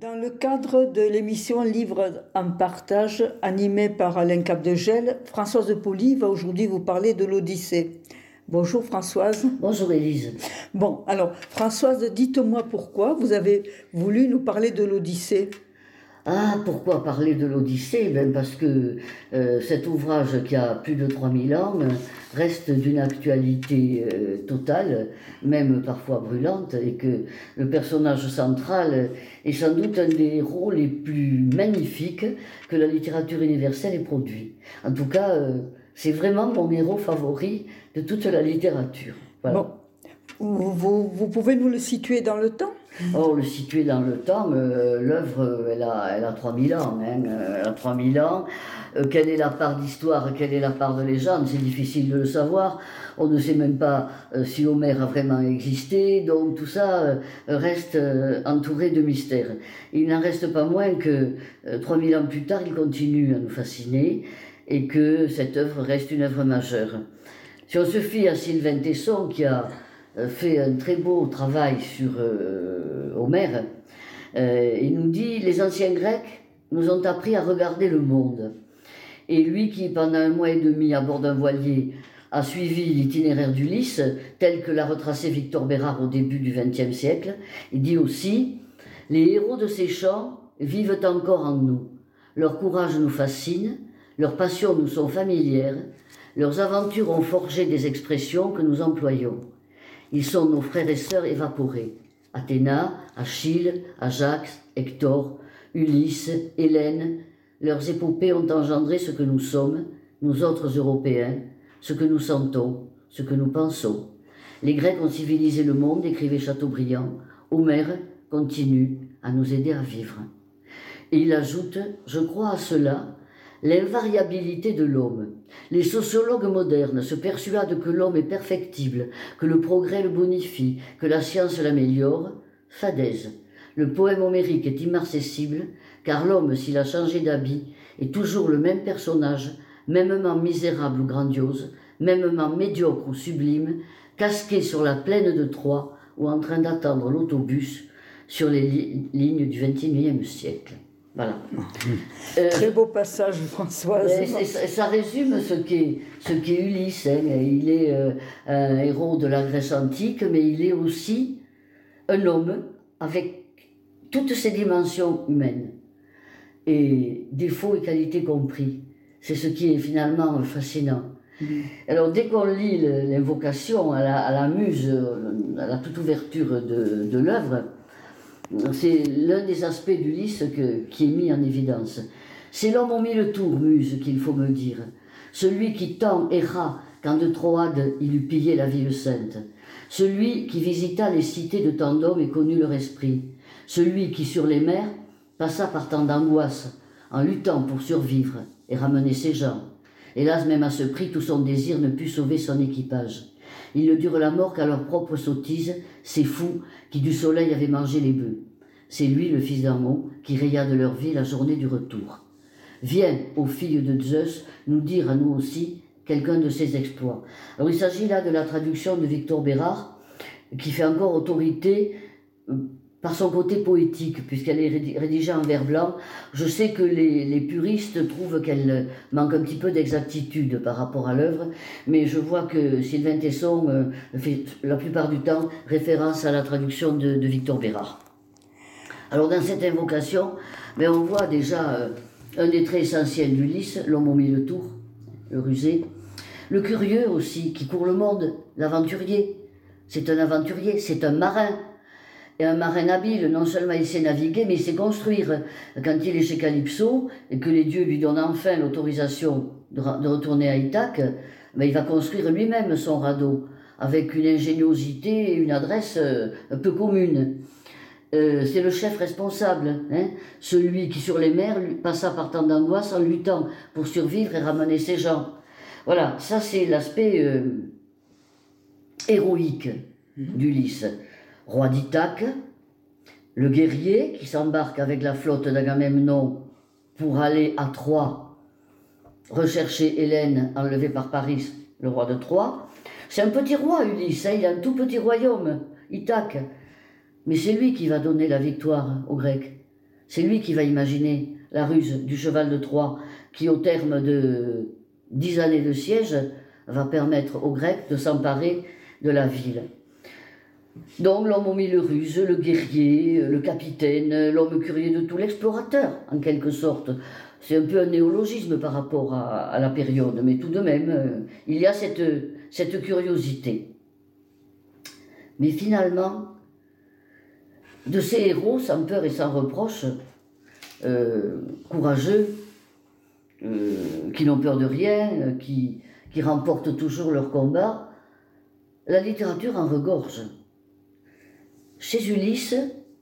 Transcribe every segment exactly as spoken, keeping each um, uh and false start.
Dans le cadre de l'émission Livre en partage, animée par Alain Capdegel, Françoise de Poly va aujourd'hui vous parler de l'Odyssée. Bonjour Françoise. Bonjour Élise. Bon, alors Françoise, dites-moi pourquoi vous avez voulu nous parler de l'Odyssée. Ah, pourquoi parler de l'Odyssée? Ben parce que euh, cet ouvrage qui a plus de trois mille ans euh, reste d'une actualité euh, totale, même parfois brûlante, et que le personnage central est sans doute un des héros les plus magnifiques que la littérature universelle ait produit. En tout cas, euh, c'est vraiment mon héros favori de toute la littérature. Voilà. Bon, vous, vous pouvez nous le situer dans le temps ? Or, le situer dans le temps, euh, l'œuvre, elle a, elle a trois mille ans. Hein, elle a trois mille ans. Euh, quelle est la part d'histoire, quelle est la part de légende? C'est difficile de le savoir. On ne sait même pas euh, si Homère a vraiment existé. Donc, tout ça euh, reste euh, entouré de mystères. Il n'en reste pas moins que euh, trois mille ans plus tard, il continue à nous fasciner et que cette œuvre reste une œuvre majeure. Si on se fie à Sylvain Tesson, qui a fait un très beau travail sur euh, Homère, euh, il nous dit « Les anciens Grecs nous ont appris à regarder le monde. » Et lui qui, pendant un mois et demi à bord d'un voilier, a suivi l'itinéraire d'Ulysse, tel que l'a retracé Victor Bérard au début du vingtième siècle, il dit aussi « Les héros de ces chants vivent encore en nous. Leur courage nous fascine, leurs passions nous sont familières, leurs aventures ont forgé des expressions que nous employons. Ils sont nos frères et sœurs évaporés. Athéna, Achille, Ajax, Hector, Ulysse, Hélène, leurs épopées ont engendré ce que nous sommes, nous autres Européens, ce que nous sentons, ce que nous pensons. Les Grecs ont civilisé le monde, écrivait Chateaubriand. Homère continue à nous aider à vivre. » Et il ajoute « Je crois à cela, l'invariabilité de l'homme. Les sociologues modernes se persuadent que l'homme est perfectible, que le progrès le bonifie, que la science l'améliore. Fadaise. Le poème homérique est immarcessible, car l'homme, s'il a changé d'habit, est toujours le même personnage, mêmement misérable ou grandiose, mêmement médiocre ou sublime, casqué sur la plaine de Troie ou en train d'attendre l'autobus sur les li- lignes du vingt et unième siècle. » Voilà. Euh, Très beau passage, Françoise. Et, et, et ça résume ce qu'est, ce qu'est Ulysse. Hein. Il est euh, un héros de la Grèce antique, mais il est aussi un homme avec toutes ses dimensions humaines, et défauts et qualités compris. C'est ce qui est finalement fascinant. Mmh. Alors, dès qu'on lit l'invocation à la, à la muse, à la toute ouverture de, de l'œuvre, c'est l'un des aspects d'Ulysse que, qui est mis en évidence. C'est l'homme au mille tours, muse, qu'il faut me dire. Celui qui tant erra quand de Troade il eut pillé la ville sainte. Celui qui visita les cités de tant d'hommes et connut leur esprit. Celui qui, sur les mers, passa par tant d'angoisses, en luttant pour survivre et ramener ses gens. Hélas, même à ce prix, tout son désir ne put sauver son équipage. Ils ne durent la mort qu'à leur propre sottise, ces fous qui du soleil avaient mangé les bœufs. C'est lui, le fils d'Amon, qui raya de leur vie la journée du retour. Viens, ô filles de Zeus, nous dire à nous aussi quelqu'un de ses exploits. Alors il s'agit là de la traduction de Victor Bérard, qui fait encore autorité par son côté poétique, puisqu'elle est rédigée en vers blanc. Je sais que les, les puristes trouvent qu'elle manque un petit peu d'exactitude par rapport à l'œuvre, mais je vois que Sylvain Tesson euh, fait la plupart du temps référence à la traduction de, de Victor Bérard. Alors dans cette invocation, ben, on voit déjà euh, un des traits essentiels d'Ulysse, l'homme au mille tours, le rusé. Le curieux aussi, qui court le monde, l'aventurier. C'est un aventurier, c'est un marin. Et un marin habile, non seulement il sait naviguer, mais il sait construire. Quand il est chez Calypso, et que les dieux lui donnent enfin l'autorisation de, de retourner à Ithaque, ben il va construire lui-même son radeau, avec une ingéniosité et une adresse euh, peu commune. Euh, c'est le chef responsable, hein, celui qui sur les mers lui, passa par tant d'angoisse en luttant pour survivre et ramener ses gens. Voilà, ça c'est l'aspect euh, héroïque d'Ulysse. Roi d'Ithaque, le guerrier qui s'embarque avec la flotte d'Agamemnon pour aller à Troie rechercher Hélène enlevée par Paris, le roi de Troie. C'est un petit roi, Ulysse, hein, il a un tout petit royaume, Ithaque, mais c'est lui qui va donner la victoire aux Grecs. C'est lui qui va imaginer la ruse du cheval de Troie qui, au terme de dix années de siège, va permettre aux Grecs de s'emparer de la ville. Donc l'homme aux mille ruses, le guerrier, le capitaine, l'homme curieux de tout, l'explorateur, en quelque sorte. C'est un peu un néologisme par rapport à, à la période, mais tout de même, euh, il y a cette, cette curiosité. Mais finalement, de ces héros sans peur et sans reproche, euh, courageux, euh, qui n'ont peur de rien, qui, qui remportent toujours leur combat, la littérature en regorge. Chez Ulysse,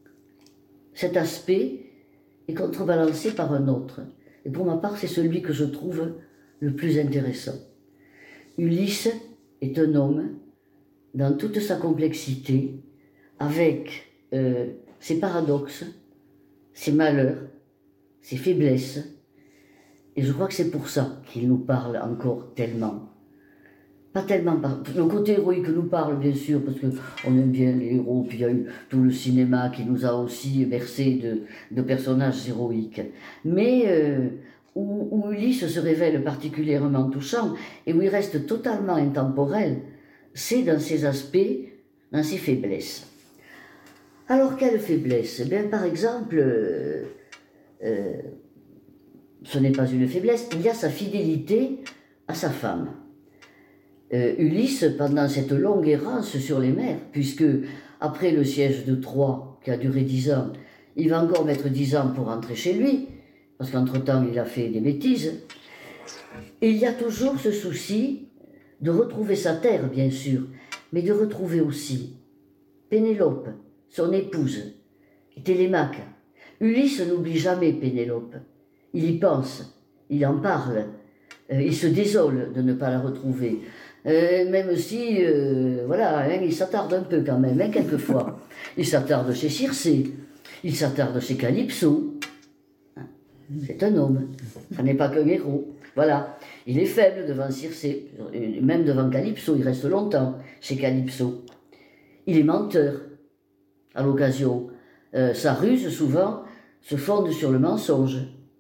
cet aspect est contrebalancé par un autre. Et pour ma part, c'est celui que je trouve le plus intéressant. Ulysse est un homme dans toute sa complexité, avec euh, ses paradoxes, ses malheurs, ses faiblesses. Et je crois que c'est pour ça qu'il nous parle encore tellement. Pas tellement par... Le côté héroïque nous parle, bien sûr, parce qu'on aime bien les héros, puis il y a eu tout le cinéma qui nous a aussi bercé de, de personnages héroïques. Mais euh, où, où Ulysse se révèle particulièrement touchant, et où il reste totalement intemporel, c'est dans ses aspects, dans ses faiblesses. Alors, quelle faiblesse? Eh bien, par exemple, euh, euh, ce n'est pas une faiblesse, il y a sa fidélité à sa femme. Euh, Ulysse, pendant cette longue errance sur les mers, puisque après le siège de Troie, qui a duré dix ans, il va encore mettre dix ans pour rentrer chez lui, parce qu'entre-temps il a fait des bêtises, et il y a toujours ce souci de retrouver sa terre, bien sûr, mais de retrouver aussi Pénélope, son épouse, et Télémaque. Ulysse n'oublie jamais Pénélope, il y pense, il en parle, euh, il se désole de ne pas la retrouver. Euh, même si, euh, voilà, hein, il s'attarde un peu quand même, hein, quelquefois. Il s'attarde chez Circé, il s'attarde chez Calypso. C'est un homme, ça n'est pas qu'un héros. Voilà, il est faible devant Circé, même devant Calypso, il reste longtemps chez Calypso. Il est menteur, à l'occasion. Euh, sa ruse, souvent, se fonde sur le mensonge.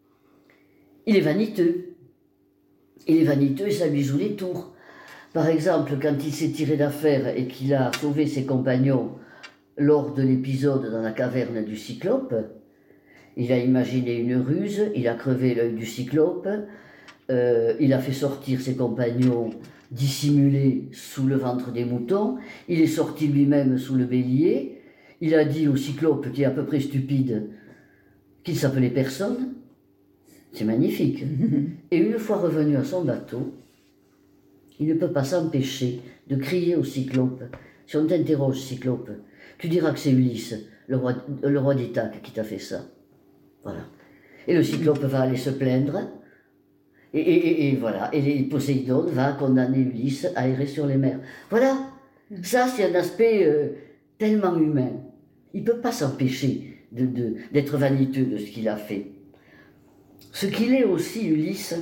Il est vaniteux. Il est vaniteux et ça lui joue les tours. Par exemple, quand il s'est tiré d'affaire et qu'il a sauvé ses compagnons lors de l'épisode dans la caverne du Cyclope, il a imaginé une ruse, il a crevé l'œil du Cyclope, euh, il a fait sortir ses compagnons dissimulés sous le ventre des moutons, il est sorti lui-même sous le bélier, il a dit au Cyclope, qui est à peu près stupide, qu'il s'appelait personne. C'est magnifique. Et une fois revenu à son bateau, il ne peut pas s'empêcher de crier au Cyclope. Si on t'interroge, Cyclope, tu diras que c'est Ulysse, le roi, le roi d'Ithaque, qui t'a fait ça. Voilà. Et le Cyclope va aller se plaindre, et, et, et, et voilà. Et Poséidon va condamner Ulysse à errer sur les mers. Voilà. Ça, c'est un aspect euh, tellement humain. Il ne peut pas s'empêcher de, de, d'être vaniteux de ce qu'il a fait. Ce qu'il est aussi, Ulysse,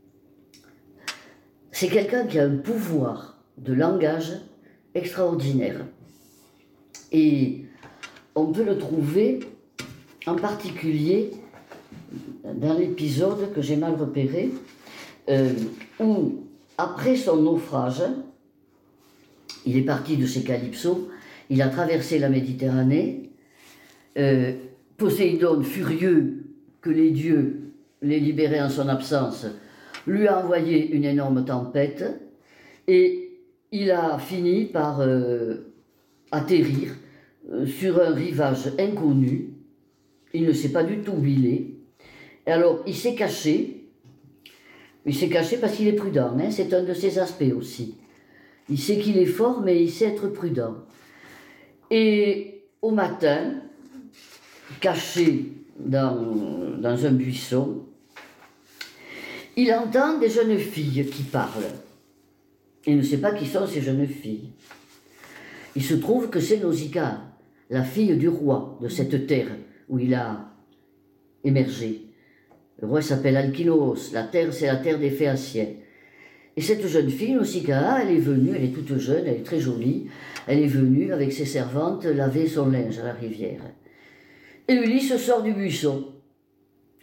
c'est quelqu'un qui a un pouvoir de langage extraordinaire. Et on peut le trouver en particulier dans l'épisode que j'ai mal repéré, euh, où, après son naufrage, il est parti de chez Calypso, il a traversé la Méditerranée, euh, Poséidon, furieux que les dieux les libéraient en son absence, lui a envoyé une énorme tempête et il a fini par euh, atterrir euh, sur un rivage inconnu. Il ne sait pas du tout où il est. Et alors, il s'est caché. Il s'est caché parce qu'il est prudent, hein, c'est un de ses aspects aussi. Il sait qu'il est fort, mais il sait être prudent. Et au matin, caché dans, dans un buisson, il entend des jeunes filles qui parlent. Il ne sait pas qui sont ces jeunes filles. Il se trouve que c'est Nausicaa, la fille du roi de cette terre où il a émergé. Le roi s'appelle Alkinoos, la terre c'est la terre des Phéaciens. Et cette jeune fille, Nausicaa, elle est venue, elle est toute jeune, elle est très jolie, elle est venue avec ses servantes laver son linge à la rivière. Et Ulysse sort du buisson.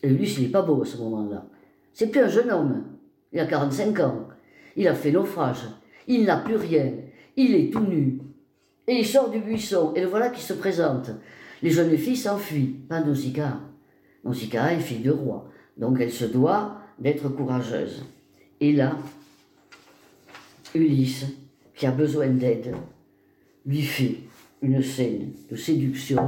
Et Ulysse, il n'est pas beau à ce moment-là. C'est plus un jeune homme. Il a quarante-cinq ans. Il a fait naufrage. Il n'a plus rien. Il est tout nu. Et il sort du buisson. Et le voilà qui se présente. Les jeunes filles s'enfuient. Pas Nausicaa. Nausicaa est fille de roi. Donc elle se doit d'être courageuse. Et là, Ulysse, qui a besoin d'aide, lui fait une scène de séduction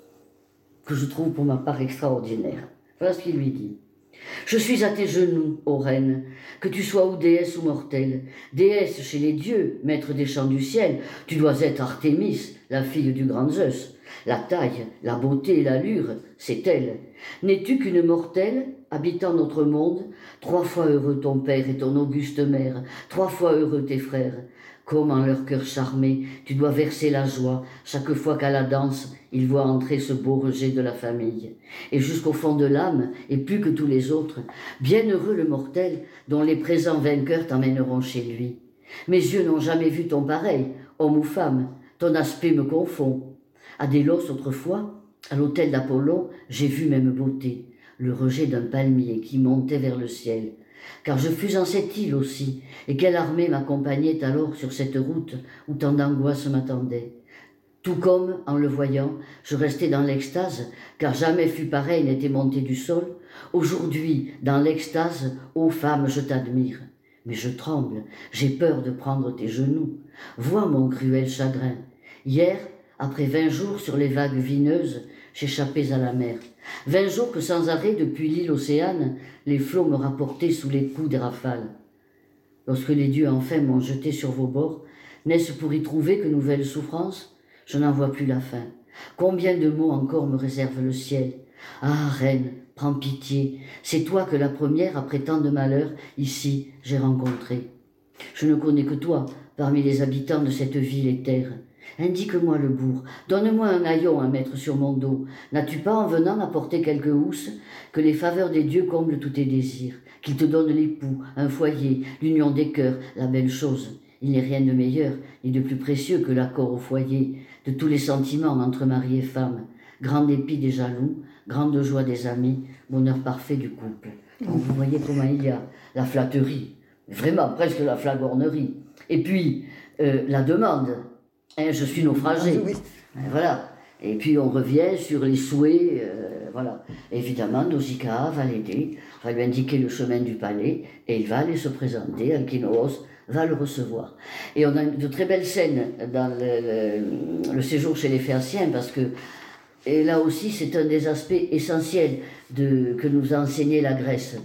que je trouve pour ma part extraordinaire. Voilà ce qu'il lui dit. Je suis à tes genoux, ô reine, que tu sois ou déesse ou mortelle. Déesse chez les dieux, maître des champs du ciel, tu dois être Artémis, la fille du grand Zeus. La taille, la beauté et l'allure, c'est elle. N'es-tu qu'une mortelle, habitant notre monde? Trois fois heureux ton père et ton auguste mère, trois fois heureux tes frères. Comme en leur cœur charmé, tu dois verser la joie, chaque fois qu'à la danse, ils voient entrer ce beau rejet de la famille. Et jusqu'au fond de l'âme, et plus que tous les autres, bienheureux le mortel, dont les présents vainqueurs t'emmèneront chez lui. Mes yeux n'ont jamais vu ton pareil, homme ou femme, ton aspect me confond. À Délos, autrefois, à l'autel d'Apollon, j'ai vu même beauté, le rejet d'un palmier qui montait vers le ciel. Car je fus en cette île aussi, et quelle armée m'accompagnait alors sur cette route où tant d'angoisse m'attendait. Tout comme, en le voyant, je restais dans l'extase, car jamais fut pareil n'était monté du sol. Aujourd'hui, dans l'extase, ô femme, je t'admire. Mais je tremble, j'ai peur de prendre tes genoux. Vois mon cruel chagrin. Hier, après vingt jours sur les vagues vineuses, j'échappais à la mer. Vingt jours que sans arrêt, depuis l'île Océane, les flots me rapportaient sous les coups des rafales. Lorsque les dieux enfin m'ont jeté sur vos bords, n'est-ce pour y trouver que nouvelles souffrances? Je n'en vois plus la fin. Combien de mots encore me réserve le ciel? Ah, reine, prends pitié, c'est toi que la première, après tant de malheurs, ici, j'ai rencontrée. Je ne connais que toi, parmi les habitants de cette ville et terre. Indique-moi le bourg, donne-moi un haillon à mettre sur mon dos. N'as-tu pas, en venant, apporté quelques housses? Que les faveurs des dieux comblent tous tes désirs, qu'ils te donnent l'époux, un foyer, l'union des cœurs, la belle chose. Il n'est rien de meilleur, ni de plus précieux que l'accord au foyer, de tous les sentiments entre mari et femme. Grand dépit des jaloux, grande joie des amis, bonheur parfait du couple. Donc vous voyez comment il y a la flatterie, vraiment presque la flagornerie. Et puis, euh, la demande. Hein, je suis naufragé. Oui. Voilà. Et puis on revient sur les souhaits. Euh, voilà. Évidemment, Nausicaa va l'aider, va lui indiquer le chemin du palais, et il va aller se présenter. Alkinoos va le recevoir. Et on a de très belles scènes dans le, le, le séjour chez les Phéaciens, parce que, et là aussi, c'est un des aspects essentiels de, que nous a enseigné la Grèce,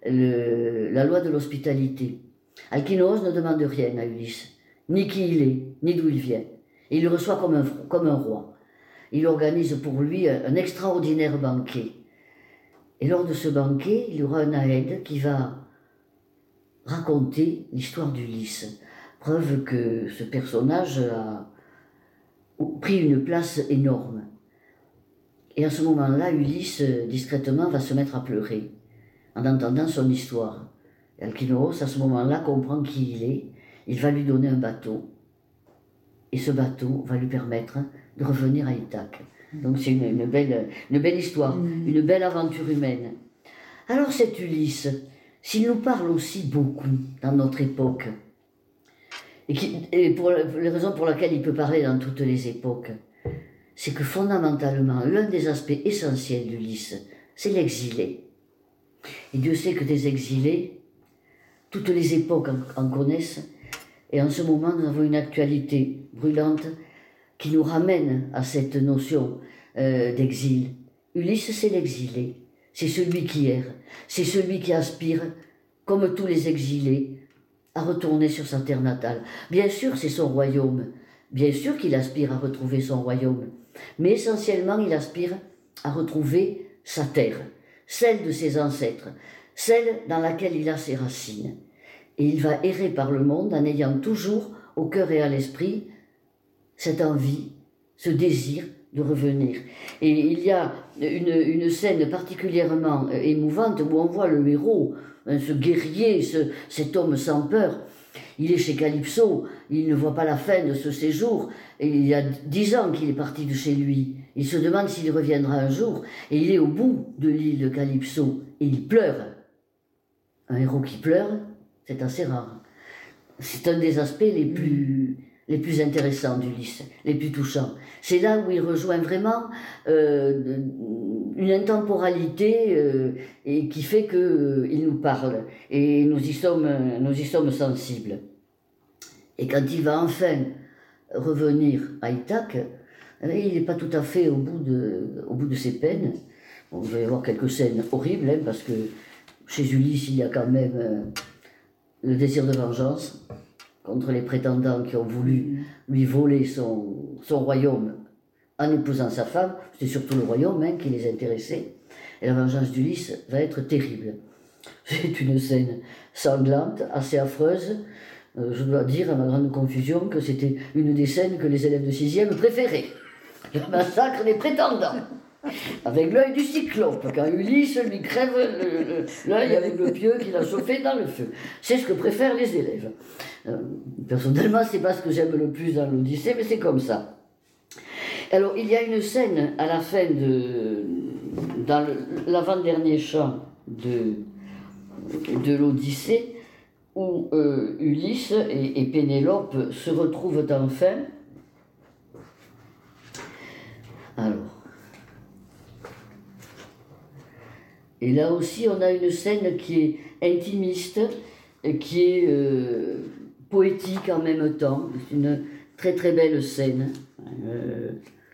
le, la loi de l'hospitalité. Alkinoos ne demande rien à Ulysse, ni qui il est, ni d'où il vient. Et il le reçoit comme un, comme un roi. Il organise pour lui un, un extraordinaire banquet. Et lors de ce banquet, il y aura un Aède qui va raconter l'histoire d'Ulysse. Preuve que ce personnage a pris une place énorme. Et à ce moment-là, Ulysse, discrètement, va se mettre à pleurer en entendant son histoire. Et Alkinoos, à ce moment-là, comprend qui il est. Il va lui donner un bateau. Et ce bateau va lui permettre de revenir à Ithaque. Donc c'est une, une, belle, une belle histoire, mmh. une belle aventure humaine. Alors cet Ulysse, s'il nous parle aussi beaucoup dans notre époque, et, qui, et pour les raisons pour lesquelles il peut parler dans toutes les époques, c'est que fondamentalement, l'un des aspects essentiels d'Ulysse, c'est l'exilé. Et Dieu sait que des exilés, toutes les époques en, en connaissent, et en ce moment, nous avons une actualité brûlante qui nous ramène à cette notion euh, d'exil. Ulysse, c'est l'exilé, c'est celui qui erre, c'est celui qui aspire, comme tous les exilés, à retourner sur sa terre natale. Bien sûr, c'est son royaume, bien sûr qu'il aspire à retrouver son royaume, mais essentiellement, il aspire à retrouver sa terre, celle de ses ancêtres, celle dans laquelle il a ses racines. Et il va errer par le monde en ayant toujours au cœur et à l'esprit cette envie, ce désir de revenir. Et il y a une, une scène particulièrement émouvante où on voit le héros, ce guerrier, ce, cet homme sans peur, Il est chez Calypso, il ne voit pas la fin de ce séjour. Et il y a dix ans qu'il est parti de chez lui. Il se demande s'il reviendra un jour. Et il est au bout de l'île de Calypso. Et il pleure. Un héros qui pleure, c'est assez rare. C'est un des aspects les plus, les plus intéressants d'Ulysse, les plus touchants. C'est là où il rejoint vraiment euh, une intemporalité euh, et qui fait qu'il euh, nous parle. Et nous y sommes, nous y sommes sensibles. Et quand il va enfin revenir à Ithaque, il n'est pas tout à fait au bout de, au bout de ses peines. Bon, il va y avoir quelques scènes horribles, hein, parce que chez Ulysse, il y a quand même euh, le désir de vengeance contre les prétendants qui ont voulu lui voler son, son royaume en épousant sa femme. C'était surtout le royaume hein, qui les intéressait. Et la vengeance d'Ulysse va être terrible. C'est une scène sanglante, assez affreuse. Euh, je dois dire, à ma grande confusion, que c'était une des scènes que les élèves de sixième préféraient. Le massacre des prétendants. Avec l'œil du cyclope, quand Ulysse lui crève l'œil avec le pieu qu'il a chauffé dans le feu. C'est ce que préfèrent les élèves. Euh, personnellement, c'est pas ce que j'aime le plus dans l'Odyssée, mais c'est comme ça. Alors, il y a une scène à la fin de... dans l'avant-dernier chant de, de l'Odyssée, où euh, Ulysse et, et Pénélope se retrouvent enfin. Alors... Et là aussi, on a une scène qui est intimiste, qui est euh, poétique en même temps. C'est une très très belle scène. Euh...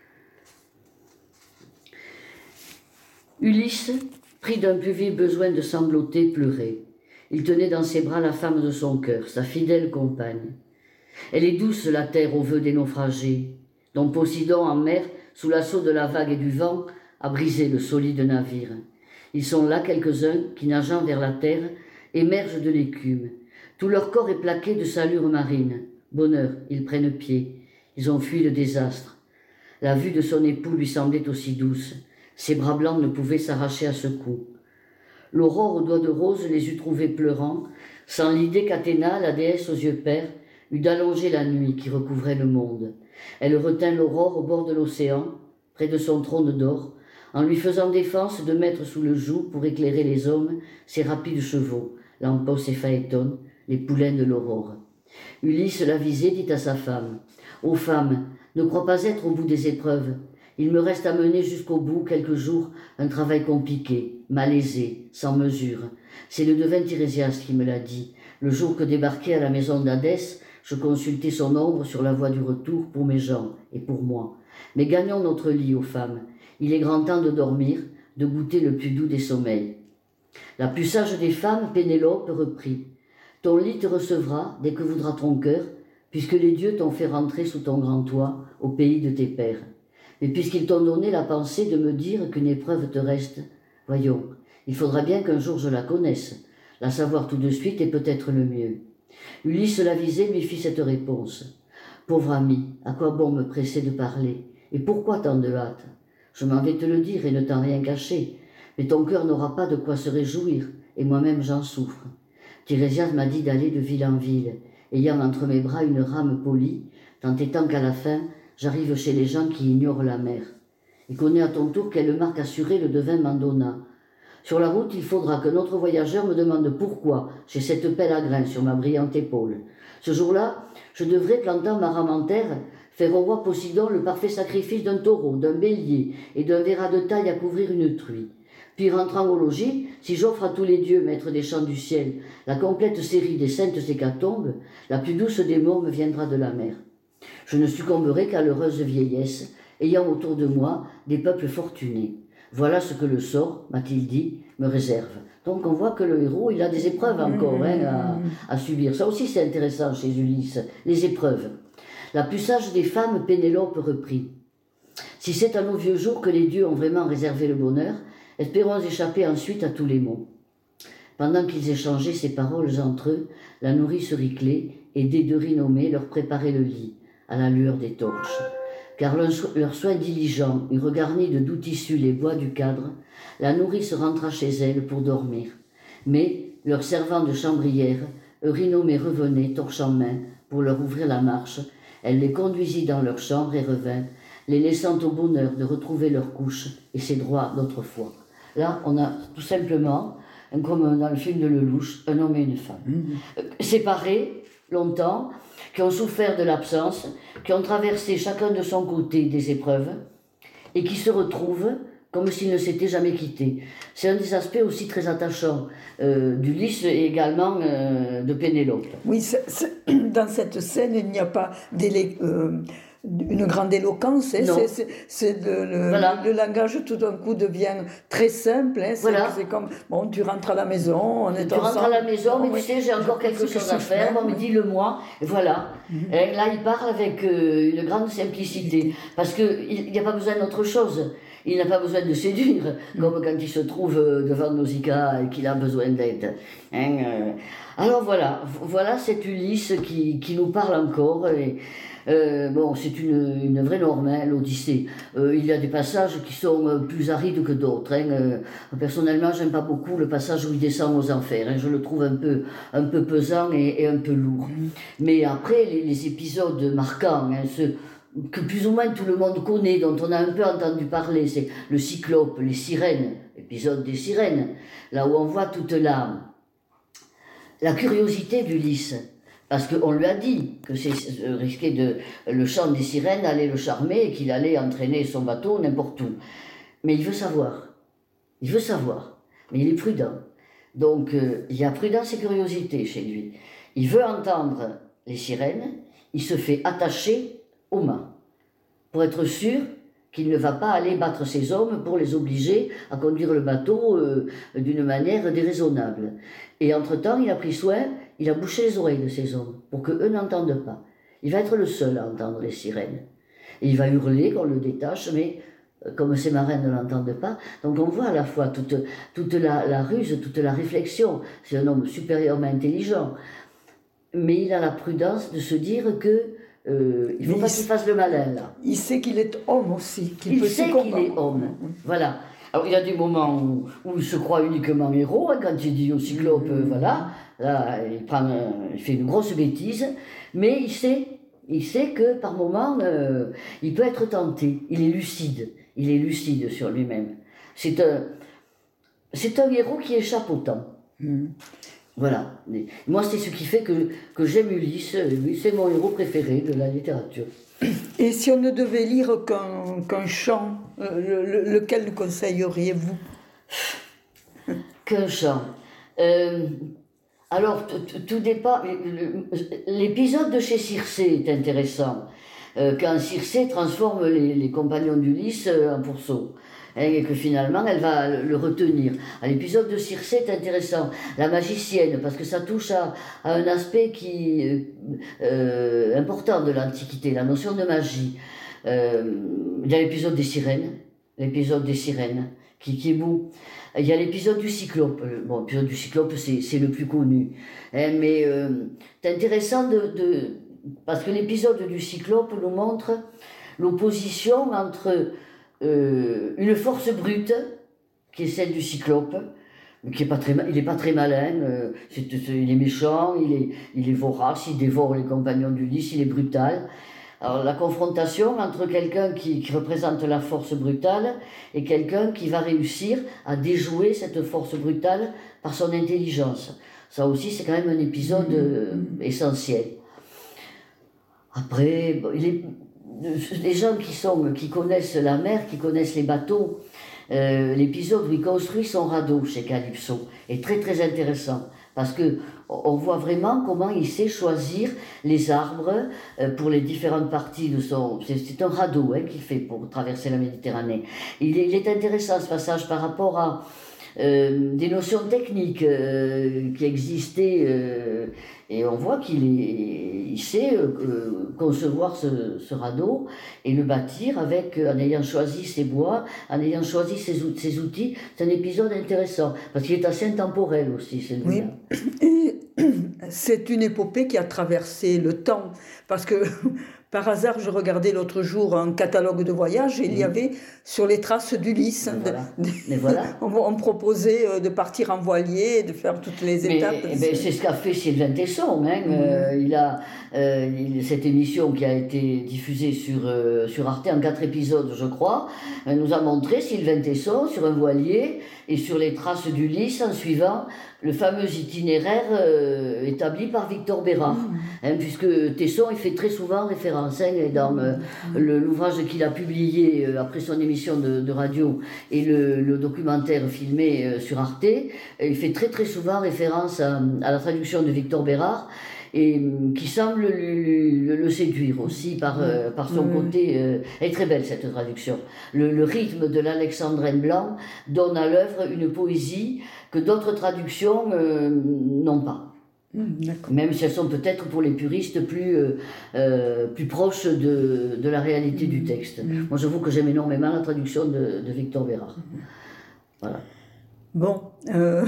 Ulysse, pris d'un plus vif besoin de sangloter, pleurait. Il tenait dans ses bras la femme de son cœur, sa fidèle compagne. Elle est douce, la terre, aux vœux des naufragés, dont Poséidon en mer, sous l'assaut de la vague et du vent, a brisé le solide navire. Ils sont là quelques-uns qui, nageant vers la terre, émergent de l'écume. Tout leur corps est plaqué de salure marine. Bonheur, ils prennent pied. Ils ont fui le désastre. La vue de son époux lui semblait aussi douce. Ses bras blancs ne pouvaient s'arracher à ce cou. L'aurore aux doigts de rose les eût trouvés pleurant, sans l'idée qu'Athéna, la déesse aux yeux pères, eût d'allonger la nuit qui recouvrait le monde. Elle retint l'aurore au bord de l'océan, près de son trône d'or, en lui faisant défense de mettre sous le joug, pour éclairer les hommes, ses rapides chevaux, Lampos et Phaéton, les poulains de l'aurore. Ulysse l'avisé dit à sa femme, « Ô femme, ne crois pas être au bout des épreuves. Il me reste à mener jusqu'au bout, quelques jours, un travail compliqué, malaisé, sans mesure. C'est le devin Tirésias qui me l'a dit. Le jour que débarqué à la maison d'Hadès, je consultai son ombre sur la voie du retour pour mes gens et pour moi. Mais gagnons notre lit, ô femmes. Il est grand temps de dormir, de goûter le plus doux des sommeils. » La plus sage des femmes, Pénélope, reprit. « Ton lit te recevra dès que voudra ton cœur, puisque les dieux t'ont fait rentrer sous ton grand toit, au pays de tes pères. Mais puisqu'ils t'ont donné la pensée de me dire qu'une épreuve te reste, voyons, il faudra bien qu'un jour je la connaisse. La savoir tout de suite est peut-être le mieux. » Ulysse l'avisé lui fit cette réponse. « Pauvre ami, à quoi bon me presser de parler? Et pourquoi tant de hâte? Je m'en vais te le dire et ne t'en rien cacher, mais ton cœur n'aura pas de quoi se réjouir, et moi-même j'en souffre. Tirésias m'a dit d'aller de ville en ville, ayant entre mes bras une rame polie, tant étant qu'à la fin, j'arrive chez les gens qui ignorent la mer. Et connais à ton tour quelle marque assurée le devin m'en donna. Sur la route, il faudra que notre voyageur me demande pourquoi j'ai cette pelle à grains sur ma brillante épaule. Ce jour-là, je devrais, plantant ma rame en terre, faire au roi Poséidon le parfait sacrifice d'un taureau, d'un bélier et d'un verra de taille à couvrir une truie. Puis rentrant au logis, si j'offre à tous les dieux, maîtres des champs du ciel, la complète série des saintes hécatombes, la plus douce des morts me viendra de la mer. Je ne succomberai qu'à l'heureuse vieillesse, ayant autour de moi des peuples fortunés. Voilà ce que le sort, m'a-t-il dit, me réserve. Donc on voit que le héros, il a des épreuves encore hein, à, à subir. Ça aussi c'est intéressant chez Ulysse, les épreuves. La plus sage des femmes, Pénélope, reprit. « Si c'est à nos vieux jours que les dieux ont vraiment réservé le bonheur, espérons échapper ensuite à tous les maux. » Pendant qu'ils échangeaient ces paroles entre eux, la nourrice Ryclée, aidée d'Eurynômé, leur préparait le lit, à la lueur des torches. Car leur soin diligent eut regarni de doux tissus les bois du cadre, la nourrice rentra chez elle pour dormir. Mais, leur servant de chambrière, Eurynome revenait, torche en main, pour leur ouvrir la marche. Elle les conduisit dans leur chambre et revint, les laissant au bonheur de retrouver leur couche et ses droits d'autrefois. Là, on a tout simplement, comme dans le film de Lelouch, un homme et une femme. Mmh. Séparés longtemps, qui ont souffert de l'absence, qui ont traversé chacun de son côté des épreuves et qui se retrouvent comme s'ils ne s'étaient jamais quittés. C'est un des aspects aussi très attachants euh, d'Ulysse et également euh, de Pénélope. Oui, c'est, c'est, dans cette scène, il n'y a pas d'élé, euh, une grande éloquence, hein, c'est, c'est, c'est de, le, voilà. le langage tout d'un coup devient très simple, hein, c'est, voilà. c'est comme, bon, tu rentres à la maison, on est tu ensemble. Tu rentres à la maison, mais oui. tu sais, j'ai encore quelque chose à faire, bon, mais dis-le-moi, et voilà. Mm-hmm. Et là, il parle avec euh, une grande simplicité, parce qu'il n'y a pas besoin d'autre chose. Il n'a pas besoin de séduire, comme quand il se trouve devant Nausicaa et qu'il a besoin d'aide. Hein, euh. Alors voilà, voilà cet Ulysse qui, qui nous parle encore. Et, euh, bon, c'est une, une vraie norme, hein, l'Odyssée. Euh, il y a des passages qui sont plus arides que d'autres. Hein. Euh, personnellement, j'aime pas beaucoup le passage où il descend aux enfers. Hein. Je le trouve un peu, un peu pesant et, et un peu lourd. Mais après, les, les épisodes marquants, hein, ce, que plus ou moins tout le monde connaît, dont on a un peu entendu parler, c'est le Cyclope, les sirènes, l'épisode des sirènes, là où on voit toute la, la curiosité d'Ulysse, parce qu'on lui a dit que c'est risqué de le chant des sirènes allait le charmer et qu'il allait entraîner son bateau n'importe où. Mais il veut savoir, il veut savoir, mais il est prudent. Donc euh, il y a prudence et curiosité chez lui. Il veut entendre les sirènes, il se fait attacher aux mains, pour être sûr qu'il ne va pas aller battre ses hommes pour les obliger à conduire le bateau euh, d'une manière déraisonnable. Et entre-temps, il a pris soin, il a bouché les oreilles de ses hommes, pour qu'eux n'entendent pas. Il va être le seul à entendre les sirènes. Et il va hurler qu'on le détache, mais euh, comme ses marins ne l'entendent pas, donc on voit à la fois toute, toute la, la ruse, toute la réflexion. C'est un homme supérieurement intelligent, mais il a la prudence de se dire que Euh, il ne faut mais pas qu'il fasse le malin, là. Il sait qu'il est homme aussi. Qu'il il peut sait qu'il est homme. Voilà. Alors, il y a des moments où, où il se croit uniquement héros, hein, quand il dit au Cyclope, mmh. voilà, là, il, prend, euh, il fait une grosse bêtise, mais il sait, il sait que par moments, euh, il peut être tenté. Il est lucide. Il est lucide sur lui-même. C'est un, c'est un héros qui échappe au temps. Mmh. Voilà. Moi, c'est ce qui fait que, que j'aime Ulysse. C'est mon héros préféré de la littérature. Et si on ne devait lire qu'un, qu'un chant, euh, le, le, lequel conseilleriez-vous? Qu'un chant. Euh, alors, tout dépend. L'épisode de chez Circé est intéressant. Euh, quand Circé transforme les, les compagnons d'Ulysse en pourceaux. Et que finalement elle va le retenir. L'épisode de Circé est intéressant, la magicienne, parce que ça touche à, à un aspect qui euh, important de l'Antiquité, la notion de magie. Euh, il y a l'épisode des sirènes, l'épisode des sirènes, qui, qui est beau. Il y a l'épisode du Cyclope. Bon, l'épisode du Cyclope, c'est, c'est le plus connu. Hein, mais euh, c'est intéressant de, de, parce que l'épisode du Cyclope nous montre l'opposition entre Euh, une force brute, qui est celle du Cyclope, qui est pas très, il n'est pas très malin, euh, c'est, c'est, il est méchant, il est, il est vorace, il dévore les compagnons d'Ulysse, il est brutal. Alors la confrontation entre quelqu'un qui, qui représente la force brutale et quelqu'un qui va réussir à déjouer cette force brutale par son intelligence. Ça aussi, c'est quand même un épisode euh, essentiel. Après, bon, il est... les gens qui, sont, qui connaissent la mer, qui connaissent les bateaux, euh, l'épisode où il construit son radeau chez Calypso est très très intéressant parce que on voit vraiment comment il sait choisir les arbres euh, pour les différentes parties de son... C'est, c'est un radeau hein, qu'il fait pour traverser la Méditerranée. Il est, il est intéressant ce passage par rapport à euh, des notions techniques euh, qui existaient euh, et on voit qu'il est, il sait euh, concevoir ce, ce radeau et le bâtir avec, en ayant choisi ses bois, en ayant choisi ses, ses outils. C'est un épisode intéressant parce qu'il est assez intemporel aussi. Oui, et c'est une épopée qui a traversé le temps parce que par hasard, je regardais l'autre jour un catalogue de voyage et il y avait sur les traces d'Ulysse. Mais voilà. De, de, Mais voilà. on, on proposait de partir en voilier, de faire toutes les Mais, étapes. Eh ben, c'est ce qu'a fait Sylvain Tesson. Hein. Mmh. Euh, il a euh, il, cette émission qui a été diffusée sur, euh, sur Arte en quatre épisodes, je crois, euh, nous a montré Sylvain Tesson sur un voilier et sur les traces d'Ulysse en suivant le fameux itinéraire euh, établi par Victor Bérard. Mmh. Hein, puisque Tesson, il fait très souvent référence hein, dans euh, le, l'ouvrage qu'il a publié euh, après son émission de, de radio et le, le documentaire filmé euh, sur Arte, euh, il fait très très souvent référence à, à la traduction de Victor Bérard et euh, qui semble le, le, le séduire aussi par, euh, par son mmh. côté. Euh, elle est très belle cette traduction. Le, le rythme de l'Alexandrin Blanc donne à l'œuvre une poésie que d'autres traductions euh, n'ont pas. Mmh, même si elles sont peut-être pour les puristes plus, euh, euh, plus proches de, de la réalité mmh. du texte. Mmh. Moi j'avoue que j'aime énormément la traduction de, de Victor Bérard. Mmh. Voilà. Bon, euh,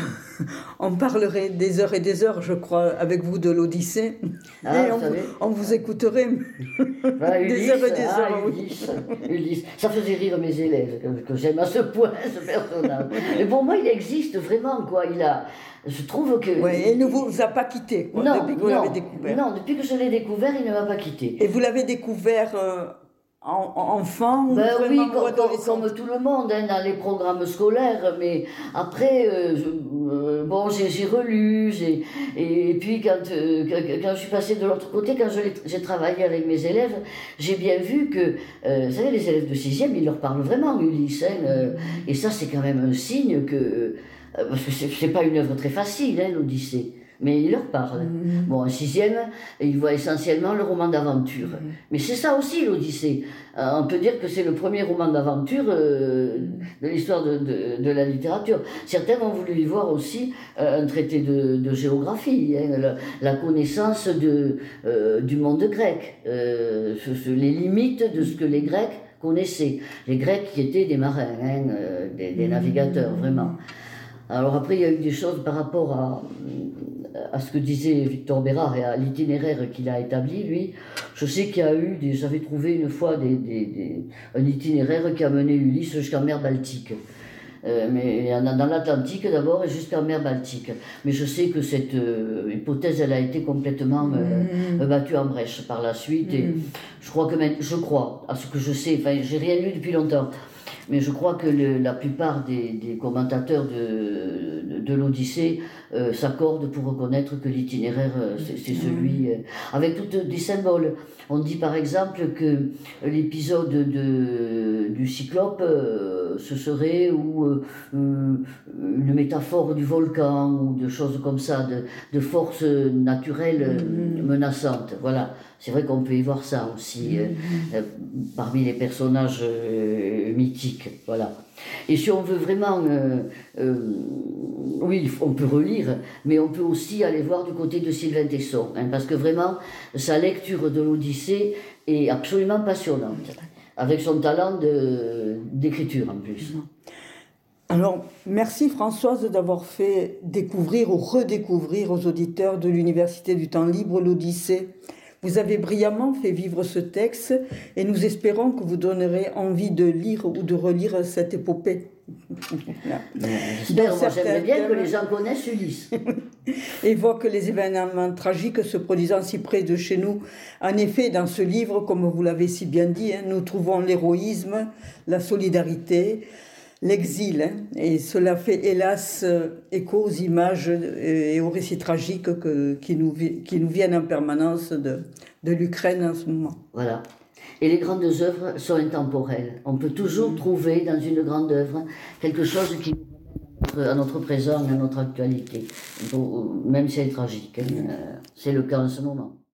on parlerait des heures et des heures, je crois, avec vous de l'Odyssée. Ah, et on, vous, on vous écouterait bah, des Ulysse, heures et des ah, heures. Ulysse, Ulysse. Ça faisait rire mes élèves, que, que j'aime à ce point ce personnage. Mais pour moi, il existe vraiment, quoi. Il a, je trouve que... Oui, et il ne vous a pas quitté, quoi, non, depuis que vous non, l'avez découvert. Non, depuis que je l'ai découvert, il ne m'a pas quitté. Et vous l'avez découvert... Euh... En, enfant ou ben oui, comme, comme tout le monde, hein, dans les programmes scolaires, mais après, euh, je, euh, bon, j'ai, j'ai relu, j'ai, et puis quand, euh, quand, quand je suis passée de l'autre côté, quand je j'ai travaillé avec mes élèves, j'ai bien vu que, euh, vous savez, les élèves de sixième, ils leur parlent vraiment Ulysse, hein, euh, et ça c'est quand même un signe que, euh, parce que c'est, c'est pas une œuvre très facile, hein, l'Odyssée. Mais il leur parle. Mmh. Bon, en sixième, il voit essentiellement le roman d'aventure. Mmh. Mais c'est ça aussi, l'Odyssée. Euh, on peut dire que c'est le premier roman d'aventure euh, de l'histoire de, de, de la littérature. Certains ont voulu y voir aussi euh, un traité de, de géographie, hein, la, la connaissance de, euh, du monde grec, euh, ce, ce, les limites de ce que les Grecs connaissaient. Les Grecs qui étaient des marins, hein, euh, des, des navigateurs, vraiment. Alors après, il y a eu des choses par rapport à, à ce que disait Victor Bérard et à l'itinéraire qu'il a établi, lui. Je sais qu'il y a eu, des, j'avais trouvé une fois des, des, des, un itinéraire qui a mené Ulysse jusqu'en mer Baltique. Euh, mais dans l'Atlantique d'abord et jusqu'en mer Baltique. Mais je sais que cette euh, hypothèse, elle a été complètement euh, mmh. battue en brèche par la suite. Mmh. Et je crois que, même, je crois, à ce que je sais, enfin, j'ai rien lu depuis longtemps. Mais je crois que le, la plupart des, des commentateurs de, de, de l'Odyssée euh, s'accordent pour reconnaître que l'itinéraire, euh, c'est, c'est celui... Euh, avec tous des symboles. On dit par exemple que l'épisode de, du Cyclope, euh, ce serait ou, euh, une métaphore du volcan ou de choses comme ça, de, de forces naturelles mmh. menaçantes. Voilà. C'est vrai qu'on peut y voir ça aussi, euh, euh, parmi les personnages euh, mythiques, voilà. Et si on veut vraiment, euh, euh, oui, on peut relire, mais on peut aussi aller voir du côté de Sylvain Tesson, hein, parce que vraiment, sa lecture de l'Odyssée est absolument passionnante, avec son talent de, d'écriture en plus. Alors, merci Françoise d'avoir fait découvrir ou redécouvrir aux auditeurs de l'Université du Temps Libre l'Odyssée. Vous avez brillamment fait vivre ce texte et nous espérons que vous donnerez envie de lire ou de relire cette épopée. J'espère, moi j'aimerais bien que les gens connaissent Ulysse. Évoque les événements tragiques se produisant si près de chez nous. En effet, dans ce livre, comme vous l'avez si bien dit, hein, nous trouvons l'héroïsme, la solidarité, l'exil, hein, et cela fait hélas écho aux images et aux récits tragiques que, qui, nous, qui nous viennent en permanence de, de l'Ukraine en ce moment. Voilà. Et les grandes œuvres sont intemporelles. On peut toujours mmh. trouver dans une grande œuvre quelque chose qui nous à notre présent, à notre actualité, même si elle est tragique. Hein. C'est le cas en ce moment.